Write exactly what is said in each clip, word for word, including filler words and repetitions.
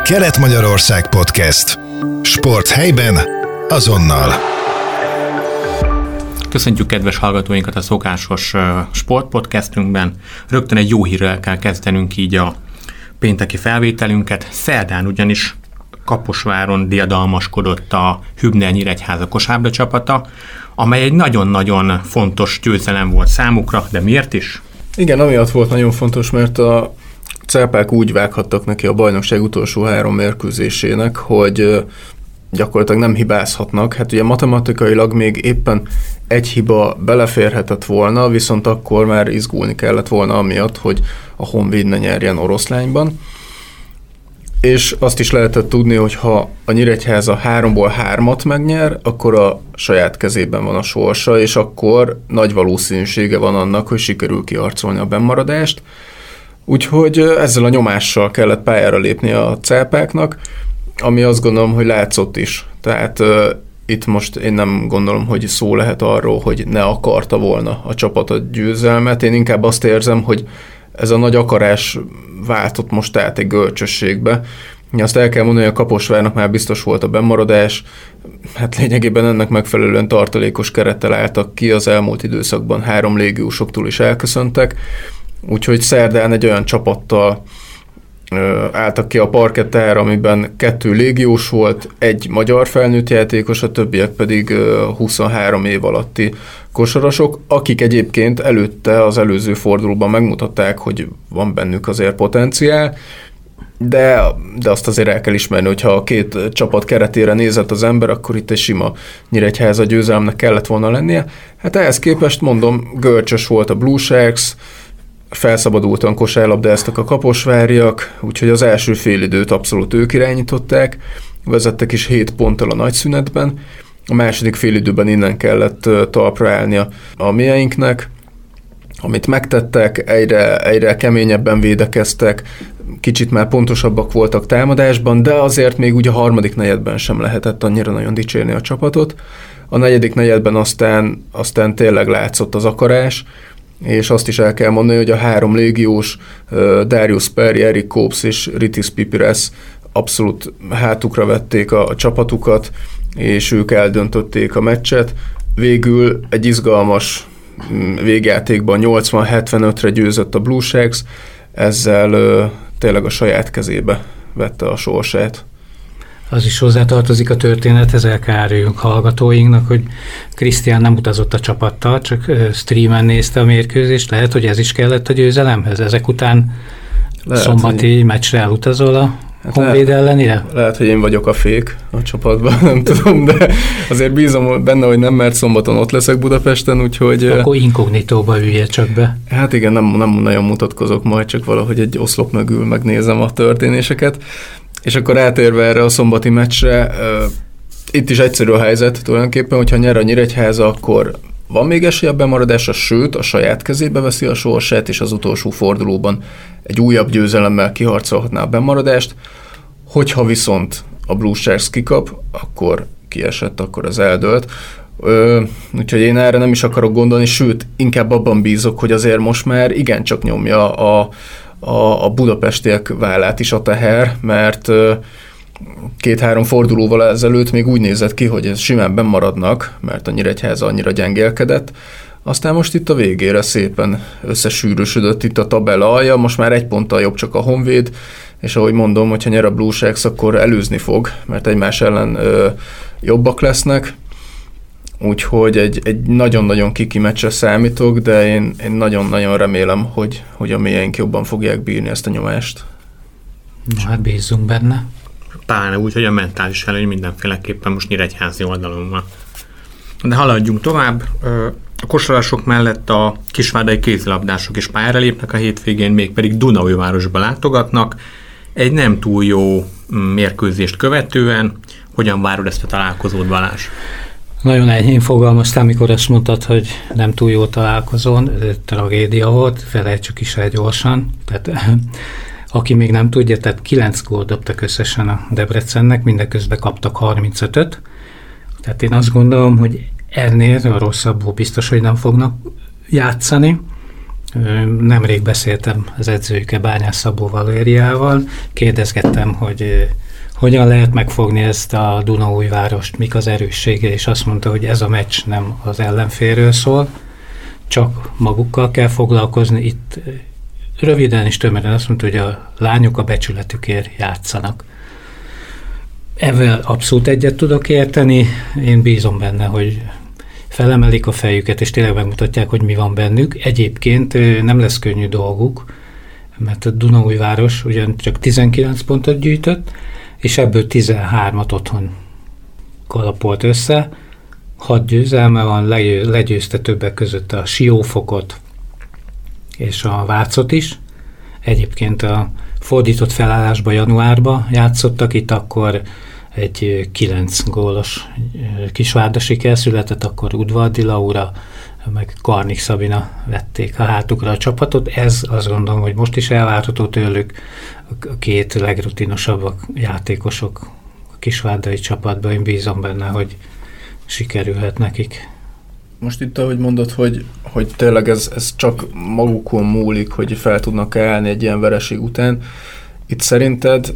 Kelet-Magyarország Podcast. Sport helyben, azonnal. Köszöntjük kedves hallgatóinkat a szokásos sportpodcastünkben. Rögtön egy jó hírrel kell kezdenünk így a pénteki felvételünket. Szerdán ugyanis Kaposváron diadalmaskodott a Hübner Nyíregyháza kosárlabda csapata, amely egy nagyon-nagyon fontos győzelem volt számukra, de miért is? Igen, amiatt volt nagyon fontos, mert a cápák úgy vághattak neki a bajnokság utolsó három mérkőzésének, hogy gyakorlatilag nem hibázhatnak. Hát ugye matematikailag még éppen egy hiba beleférhetett volna, viszont akkor már izgulni kellett volna amiatt, hogy a Honvéd ne nyerjen Oroszlányban. És azt is lehetett tudni, hogy ha a Nyíregyháza háromból hármat megnyer, akkor a saját kezében van a sorsa, és akkor nagy valószínűsége van annak, hogy sikerül kiharcolni a bennmaradást. Úgyhogy ezzel a nyomással kellett pályára lépni a cápáknak, ami azt gondolom, hogy látszott is. Tehát uh, itt most én nem gondolom, hogy szó lehet arról, hogy ne akarta volna a csapat a győzelmet. Én inkább azt érzem, hogy ez a nagy akarás váltott most át egy görcsösségbe. Azt el kell mondani, hogy a Kaposvárnak már biztos volt a bennmaradás, hát lényegében ennek megfelelően tartalékos kerettel álltak ki, az elmúlt időszakban három légiósoktól is elköszöntek, úgyhogy szerdán egy olyan csapattal ö, álltak ki a parkettára, amiben kettő légiós volt, egy magyar felnőtt játékos, a többiek pedig ö, huszonhárom év alatti kosarasok, akik egyébként előtte az előző fordulóban megmutatták, hogy van bennük azért potenciál, de, de azt azért el kell ismerni, hogyha a két csapat keretére nézett az ember, akkor itt egy sima Nyíregyháza győzelemnek kellett volna lennie. Hát ehhez képest mondom, görcsös volt a Blue Sharks, felszabadultan kosárlabdáztak a kaposváriak, úgyhogy az első félidőt abszolút ők irányították, vezettek is hét ponttal a nagyszünetben, a második félidőben innen kellett talpra állnia a mieinknek, amit megtettek, egyre, egyre keményebben védekeztek, kicsit már pontosabbak voltak támadásban, de azért még úgy a harmadik negyedben sem lehetett annyira nagyon dicsérni a csapatot. A negyedik negyedben aztán, aztán tényleg látszott az akarás, és azt is el kell mondani, hogy a három légiós, Darius Perry, Eric Kops és Ritis Pipires abszolút hátukra vették a, a csapatukat, és ők eldöntötték a meccset. Végül egy izgalmas végjátékban nyolcvan hetvenötre győzött a Blue Sharks, ezzel ö, tényleg a saját kezébe vette a sorsát. Az is hozzátartozik a történethez, el kell áruljuk hallgatóinknak, hogy Krisztián nem utazott a csapattal, csak streamen nézte a mérkőzést. Lehet, hogy ez is kellett a győzelemhez? Ezek után lehet, szombati hogy... meccsre elutazol a hát Honvéd lehet, ellenére? Lehet, hogy én vagyok a fék a csapatban, nem tudom, de azért bízom benne, hogy nem, mert szombaton ott leszek Budapesten, úgyhogy... Akkor inkognitóba üljél csak be. Hát igen, nem, nem nagyon mutatkozok majd, csak valahogy egy oszlop mögül megnézem a történéseket. És akkor átérve erre a szombati meccsre, uh, itt is egyszerű a helyzet tulajdonképpen, hogyha nyer a Nyíregyháza, akkor van még esély a bemaradásra, sőt a saját kezébe veszi a sorsát, és az utolsó fordulóban egy újabb győzelemmel kiharcolhatná a bemaradást. Hogyha viszont a Blue Sharks kikap, akkor kiesett, akkor az eldőlt. Ö, úgyhogy én erre nem is akarok gondolni, sőt, inkább abban bízok, hogy azért most már igencsak nyomja a, a, a budapestiek vállát is a teher, mert ö, két-három fordulóval ezelőtt még úgy nézett ki, hogy ez simán bennmaradnak, mert a Nyíregyháza annyira gyengélkedett. Aztán most itt a végére szépen összesűrűsödött itt a tabella alja, most már egy ponttal jobb csak a Honvéd, és ahogy mondom, hogyha nyer a Blue Sharks, akkor előzni fog, mert egymás ellen ö, jobbak lesznek. Úgyhogy egy, egy nagyon-nagyon kiki meccsre számítok, de én, én nagyon-nagyon remélem, hogy, hogy a mélyeink jobban fogják bírni ezt a nyomást. Na, hát bízzunk benne. Pláne úgy, hogy a mentális előny mindenféleképpen most Nyíregyházi oldalon van. De haladjunk tovább. A kosarasok mellett a kisvárdai kézilabdások is pályára lépnek a hétvégén, mégpedig Dunaújvárosba látogatnak. Egy nem túl jó mérkőzést követően. Hogyan várod ezt a találkozót, Balázs? Nagyon enyhén fogalmaztál, amikor azt mondtad, hogy nem túl jó találkozón, tragédia volt, felejtsük is el gyorsan. Tehát aki még nem tudja, tehát kilenc gólt dobtak összesen a Debrecennek, mindeközben kaptak harmincötöt. Tehát én azt gondolom, hogy ennél rosszabbul biztos, hogy nem fognak játszani. Nemrég beszéltem az edzőjükkel, Bányász Szabó Valériával, kérdezgettem, hogy hogyan lehet megfogni ezt a Dunaújvárost, mik az erőssége, és azt mondta, hogy ez a meccs nem az ellenfélről szól, csak magukkal kell foglalkozni. Itt röviden és tömören azt mondta, hogy a lányok a becsületükért játszanak. Ezzel abszolút egyet tudok érteni, én bízom benne, hogy felemelik a fejüket, és tényleg megmutatják, hogy mi van bennük. Egyébként nem lesz könnyű dolguk, mert a Dunaújváros ugyan csak tizenkilenc pontot gyűjtött, és ebből tizenhármat otthon kalapolt össze. Hat győzelme van, legyőzte többek között a Siófokot és a Vácot is. Egyébként a fordított felállásban januárban játszottak, itt akkor egy kilenc gólos Kisvárda siker született, akkor Udvardi Laura, meg Karnik Szabina vették a hátukra a csapatot. Ez azt gondolom, hogy most is elvárható tőlük. A két legrutinosabb játékosok a kisvárdai csapatban, én bízom benne, hogy sikerülhet nekik. Most itt, ahogy mondod, hogy, hogy tényleg ez, ez csak magukon múlik, hogy fel tudnak állni egy ilyen vereség után. Itt szerinted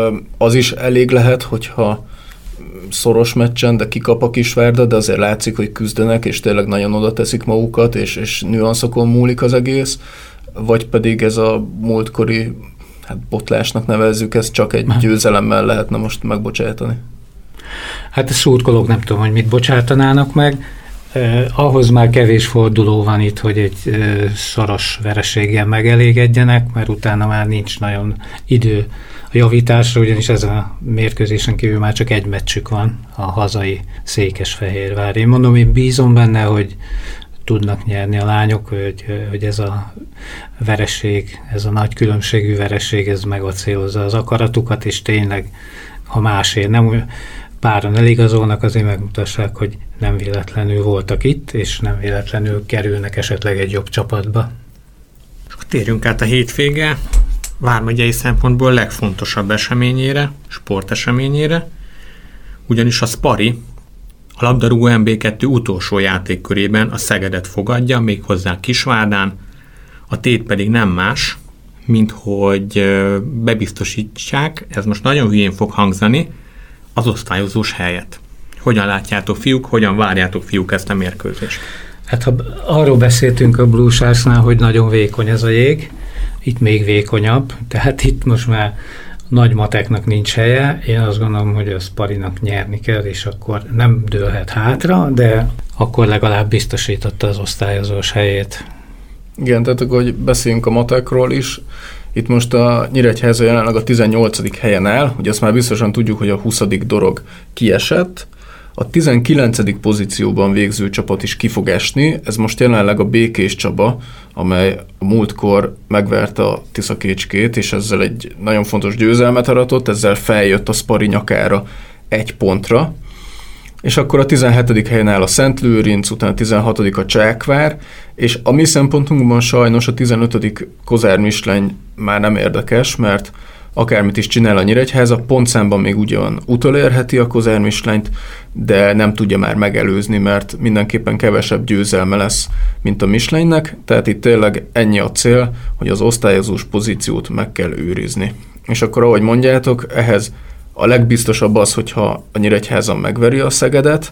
az is elég lehet, hogyha szoros meccsen, de kikap a Kisvárda, de azért látszik, hogy küzdenek, és tényleg nagyon oda teszik magukat, és, és nüanszokon múlik az egész, vagy pedig ez a múltkori hát botlásnak nevezzük, ezt csak egy győzelemmel lehetne most megbocsátani? Hát a szurkolók nem tudom, hogy mit bocsátanának meg. Eh, ahhoz már kevés forduló van itt, hogy egy eh, szoros vereséggel megelégedjenek, mert utána már nincs nagyon idő a javításra, ugyanis ezen a mérkőzésen kívül már csak egy meccsük van, a hazai Székesfehérvár. Én mondom, én bízom benne, hogy tudnak nyerni a lányok, hogy, hogy ez a vereség, ez a nagy különbségű vereség, ez megacélozza az akaratukat, és tényleg, ha másért nem páran eligazolnak, azért megmutassák, hogy nem véletlenül voltak itt, és nem véletlenül kerülnek esetleg egy jobb csapatba. És akkor térjünk át a hétvége vármegyei szempontból legfontosabb eseményére, sporteseményére, ugyanis a Spari a labdarúgó em bé kettő utolsó játékkörében a Szegedet fogadja, méghozzá Kisvárdán, a tét pedig nem más, mint hogy bebiztosítsák, ez most nagyon hülyén fog hangzani, az osztályozós helyet. Hogyan látjátok, fiúk, hogyan várjátok, fiúk, ezt a mérkőzést? Hát ha arról beszéltünk a Blue Sharksnál, hogy nagyon vékony ez a jég, itt még vékonyabb, tehát itt most már nagy mateknak nincs helye. Én azt gondolom, hogy a Sparinak nyerni kell, és akkor nem dőlhet hátra, de akkor legalább biztosította az osztályozós helyét. Igen, tehát akkor, hogy beszéljünk a matekról is. Itt most a Nyíregyháza jelenleg a tizennyolcadik helyen áll, ugye azt már biztosan tudjuk, hogy a huszadik dorog kiesett, a tizenkilencedik pozícióban végző csapat is ki fog esni, ez most jelenleg a Békés Csaba, amely a múltkor megverte a Tiszakécskét, és ezzel egy nagyon fontos győzelmet aratott, ezzel feljött a Spari nyakára egy pontra, és akkor a tizenhetedik helyen áll a Szentlőrinc, utána a tizenhatodik a Csákvár, és a mi szempontunkban sajnos a tizenötödik Kozár Misleny már nem érdekes, mert akármit is csinál a Nyíregyháza, pontszámban még ugyan utolérheti a Kozár Mislenyt, de nem tudja már megelőzni, mert mindenképpen kevesebb győzelme lesz, mint a Mislenynek, tehát itt tényleg ennyi a cél, hogy az osztályozós pozíciót meg kell őrizni. És akkor, ahogy mondjátok, ehhez a legbiztosabb az, hogyha a Nyíregyházan megveri a Szegedet.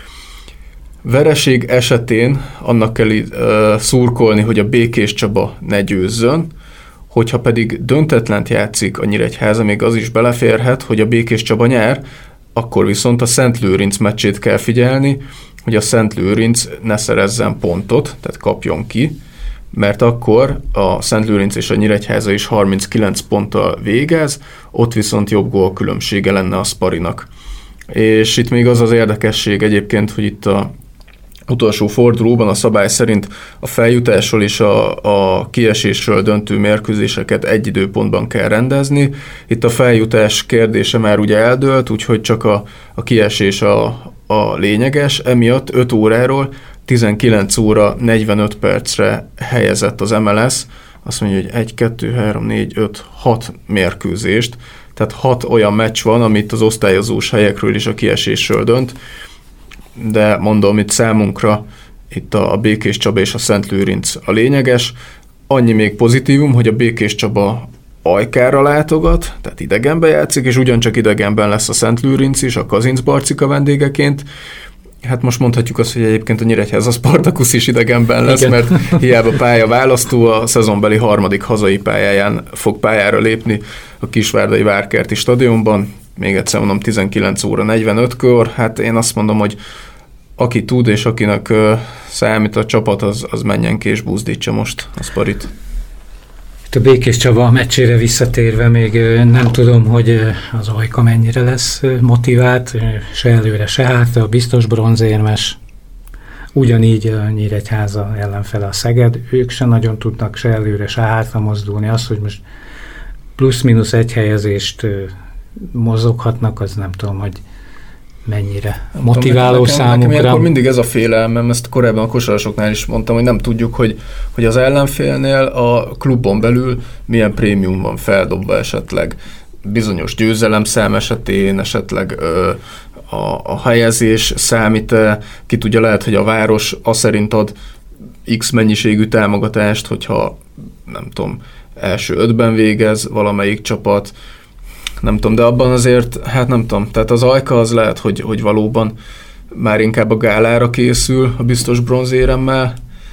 Vereség esetén annak kell uh, szurkolni, hogy a Békés Csaba ne győzzön, hogyha pedig döntetlent játszik a Nyíregyháza, még az is beleférhet, hogy a Békés Csaba nyer, akkor viszont a Szentlőrinc meccsét kell figyelni, hogy a Szentlőrinc ne szerezzen pontot, tehát kapjon ki, mert akkor a Szentlőrinc és a Nyíregyháza is harminckilenc ponttal végez, ott viszont jobb gólkülönbsége lenne a Sparinak. És itt még az az érdekesség egyébként, hogy itt a utolsó fordulóban a szabály szerint a feljutásról és a, a kiesésről döntő mérkőzéseket egy időpontban kell rendezni. Itt a feljutás kérdése már ugye eldőlt, úgyhogy csak a, a kiesés a, a lényeges. Emiatt öt óráról tizenkilenc óra negyvenöt percre helyezett az em el es, azt mondja, hogy egy, kettő, három, négy, öt, hat mérkőzést, tehát hat olyan meccs van, amit az osztályozós helyekről és a kiesésről dönt, de mondom, itt számunkra itt a Békés Csaba és a Szentlőrinc a lényeges. Annyi még pozitívum, hogy a Békés Csaba Ajkára látogat, tehát idegenben játszik, és ugyancsak idegenben lesz a Szentlőrinc is, a Kazincbarcika vendégeként. Hát most mondhatjuk azt, hogy egyébként a Nyíregyháza Spartacus is idegenben lesz, igen, mert hiába pálya választó, a szezonbeli harmadik hazai pályáján fog pályára lépni a Kisvárdai Várkerti stadionban. Még egyszer mondom, tizenkilenc óra negyvenötkor. Hát én azt mondom, hogy aki tud, és akinek számít a csapat, az, az menjen ki és buzdítsa most a Sparit. Itt a Békés Csaba meccsére visszatérve még nem tudom, hogy az Ajka mennyire lesz motivált, se előre, se hátra, biztos bronzérmes. Ugyanígy a Nyíregyháza ellenfele a Szeged, ők se nagyon tudnak se előre, se hátra mozdulni. Az, hogy most plusz-minusz egy helyezést mozoghatnak, az nem tudom, hogy mennyire motiváló nekem, számukra. Nekem akkor mindig ez a félelmem, ezt korábban a kosarasoknál is mondtam, hogy nem tudjuk, hogy, hogy az ellenfélnél a klubon belül milyen prémium van feldobva esetleg. Bizonyos győzelemszám esetén, esetleg ö, a, a helyezés számít, ki tudja, lehet, hogy a város azt szerint ad X mennyiségű támogatást, hogyha nem tudom, első ötben végez valamelyik csapat, nem tudom, de abban azért, hát nem tudom, tehát az Ajka az lehet, hogy, hogy valóban már inkább a gálára készül a biztos bronzéremmel.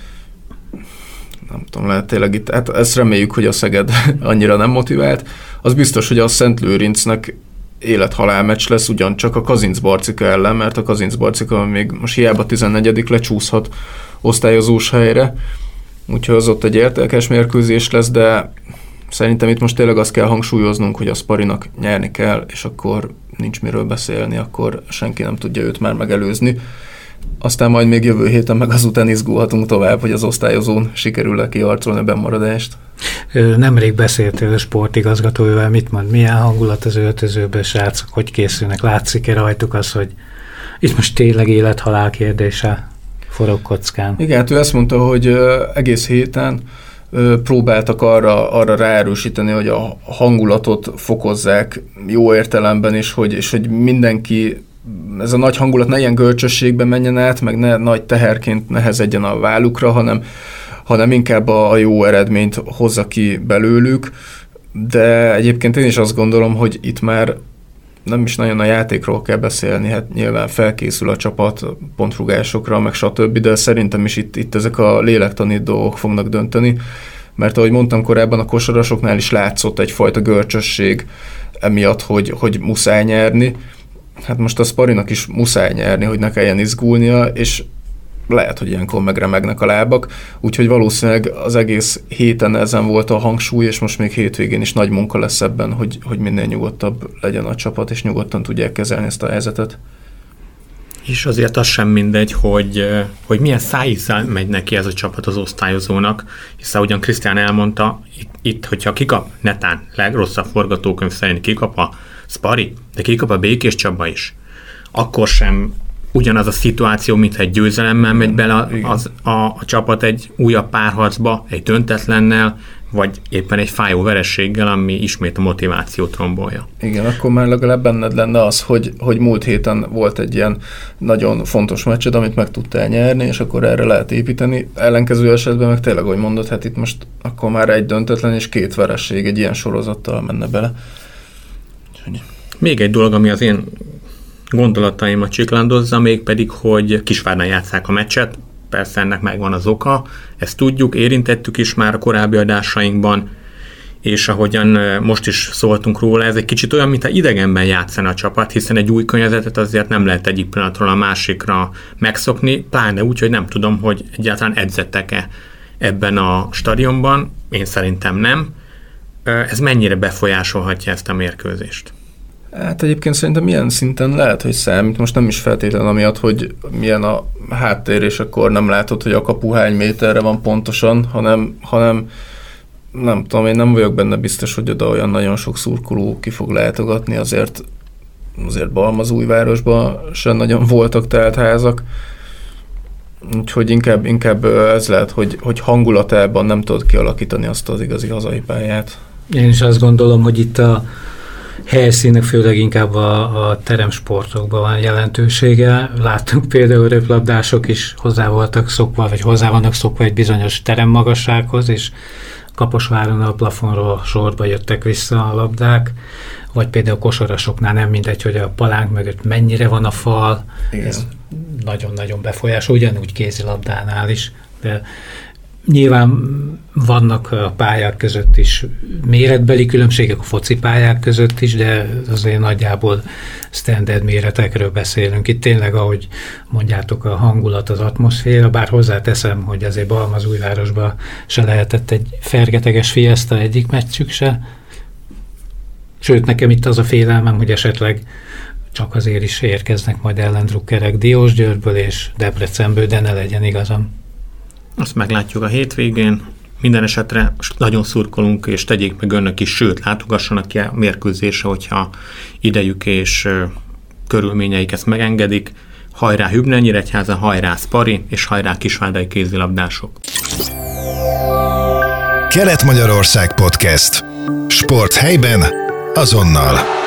Nem tudom, lehet tényleg itt, hát ezt reméljük, hogy a Szeged annyira nem motivált. Az biztos, hogy a Szentlőrincnek élet-halál meccs lesz ugyancsak a Kazincbarcika ellen, mert a Kazincbarcika még most hiába tizennegyedik lecsúszhat osztályozós helyre, úgyhogy az ott egy értékes mérkőzés lesz, de szerintem itt most tényleg azt kell hangsúlyoznunk, hogy a Sparinak nyerni kell, és akkor nincs miről beszélni, akkor senki nem tudja őt már megelőzni. Aztán majd még jövő héten meg azután izgulhatunk tovább, hogy az osztályozón sikerül-e kiharcolni a bennmaradást. Nemrég beszéltél a sportigazgatóval, mit mond, milyen hangulat az öltözőben, srácok, hogy készülnek, látszik-e rajtuk az, hogy itt most tényleg élet-halál kérdése forog kockán? Igen, hát ő ezt mondta, hogy egész héten próbáltak arra, arra ráerősíteni, hogy a hangulatot fokozzák jó értelemben is, hogy, és hogy mindenki, ez a nagy hangulat ne ilyen görcsösségbe menjen át, meg ne nagy teherként nehezedjen a vállukra, hanem, hanem inkább a, a jó eredményt hozza ki belőlük. De egyébként én is azt gondolom, hogy itt már nem is nagyon a játékról kell beszélni, hát nyilván felkészül a csapat pontrugásokra, meg stb., de szerintem is itt, itt ezek a lélektani dolgok fognak dönteni, mert ahogy mondtam korábban, a kosarasoknál is látszott egyfajta görcsösség emiatt, hogy, hogy muszáj nyerni. Hát most a Sparinak is muszáj nyerni, hogy ne kelljen izgulnia, és lehet, hogy ilyenkor megremegnek a lábak, úgyhogy valószínűleg az egész héten ezen volt a hangsúly, és most még hétvégén is nagy munka lesz ebben, hogy, hogy minél nyugodtabb legyen a csapat, és nyugodtan tudják kezelni ezt a helyzetet. És azért az sem mindegy, hogy, hogy milyen szájízzel megy neki ez a csapat az osztályozónak, hiszen ugyan Krisztián elmondta, itt, itt hogyha kikap netán, legrosszabb forgatókönyv szerint kikap a Spari, de kikap a Békés Csaba is, akkor sem ugyanaz a szituáció, mintha egy győzelemmel megy bele az, a, a csapat egy újabb párharcba, egy döntetlennel, vagy éppen egy fájó verességgel, ami ismét a motivációt rombolja. Igen, akkor már legalább benned lenne az, hogy, hogy múlt héten volt egy ilyen nagyon fontos meccsed, amit meg tudtál nyerni, és akkor erre lehet építeni. Ellenkező esetben meg tényleg, ahogy mondod, hát itt most akkor már egy döntetlen és két veresség egy ilyen sorozattal menne bele. Még egy dolog, ami az én gondolataimat csiklandozza, még pedig, hogy Kisvárdán játsszák a meccset, persze ennek megvan az oka, ezt tudjuk, érintettük is már a korábbi adásainkban, és ahogyan most is szóltunk róla, ez egy kicsit olyan, mintha idegenben játszana a csapat, hiszen egy új környezetet azért nem lehet egyik pillanatról a másikra megszokni, pláne úgy, hogy nem tudom, hogy egyáltalán edzettek-e ebben a stadionban, én szerintem nem. Ez mennyire befolyásolhatja ezt a mérkőzést? Hát egyébként szerintem milyen szinten lehet, hogy számít, most nem is feltétlenül amiatt, hogy milyen a háttér, és akkor nem látod, hogy a kapu hány méterre van pontosan, hanem, hanem nem tudom, én nem vagyok benne biztos, hogy oda olyan nagyon sok szurkoló ki fog látogatni, azért, azért Balmazújvárosban sem nagyon voltak telt házak, úgyhogy inkább, inkább ez lehet, hogy, hogy hangulatában nem tudod kialakítani azt az igazi hazai pályát. Én is azt gondolom, hogy itt a helyszínek, főleg inkább a, a teremsportokban van jelentősége. Láttunk például röplabdások is hozzá voltak szokva, vagy hozzá vannak szokva egy bizonyos teremmagassághoz, és Kaposváron a plafonról sorba jöttek vissza a labdák, vagy például kosarasoknál nem mindegy, hogy a palánk mögött mennyire van a fal. Igen. Ez nagyon-nagyon befolyásol, ugyanúgy kézilabdánál is, de nyilván vannak a pályák között is méretbeli különbségek, a foci pályák között is, de azért nagyjából standard méretekről beszélünk. Itt tényleg, ahogy mondjátok, a hangulat, az atmoszféra, bár hozzáteszem, hogy azért Balmazújvárosban se lehetett egy fergeteges fiesta egyik meccsük se. Sőt, nekem itt az a félelmem, hogy esetleg csak azért is érkeznek majd ellendrukkerek Diósgyőrből és Debrecenből, de ne legyen igazam. Azt meglátjuk a hétvégén. Minden esetre nagyon szurkolunk, és tegyék meg önök is, sőt, látogassanak ki a mérkőzésre, hogyha idejük és ö, körülményeik ezt megengedik. Hajrá Hübner Nyíregyháza, hajrá Szpari, és hajrá kisvárdai kézilabdások. Kelet-Magyarország Podcast. Sport helyben, azonnal.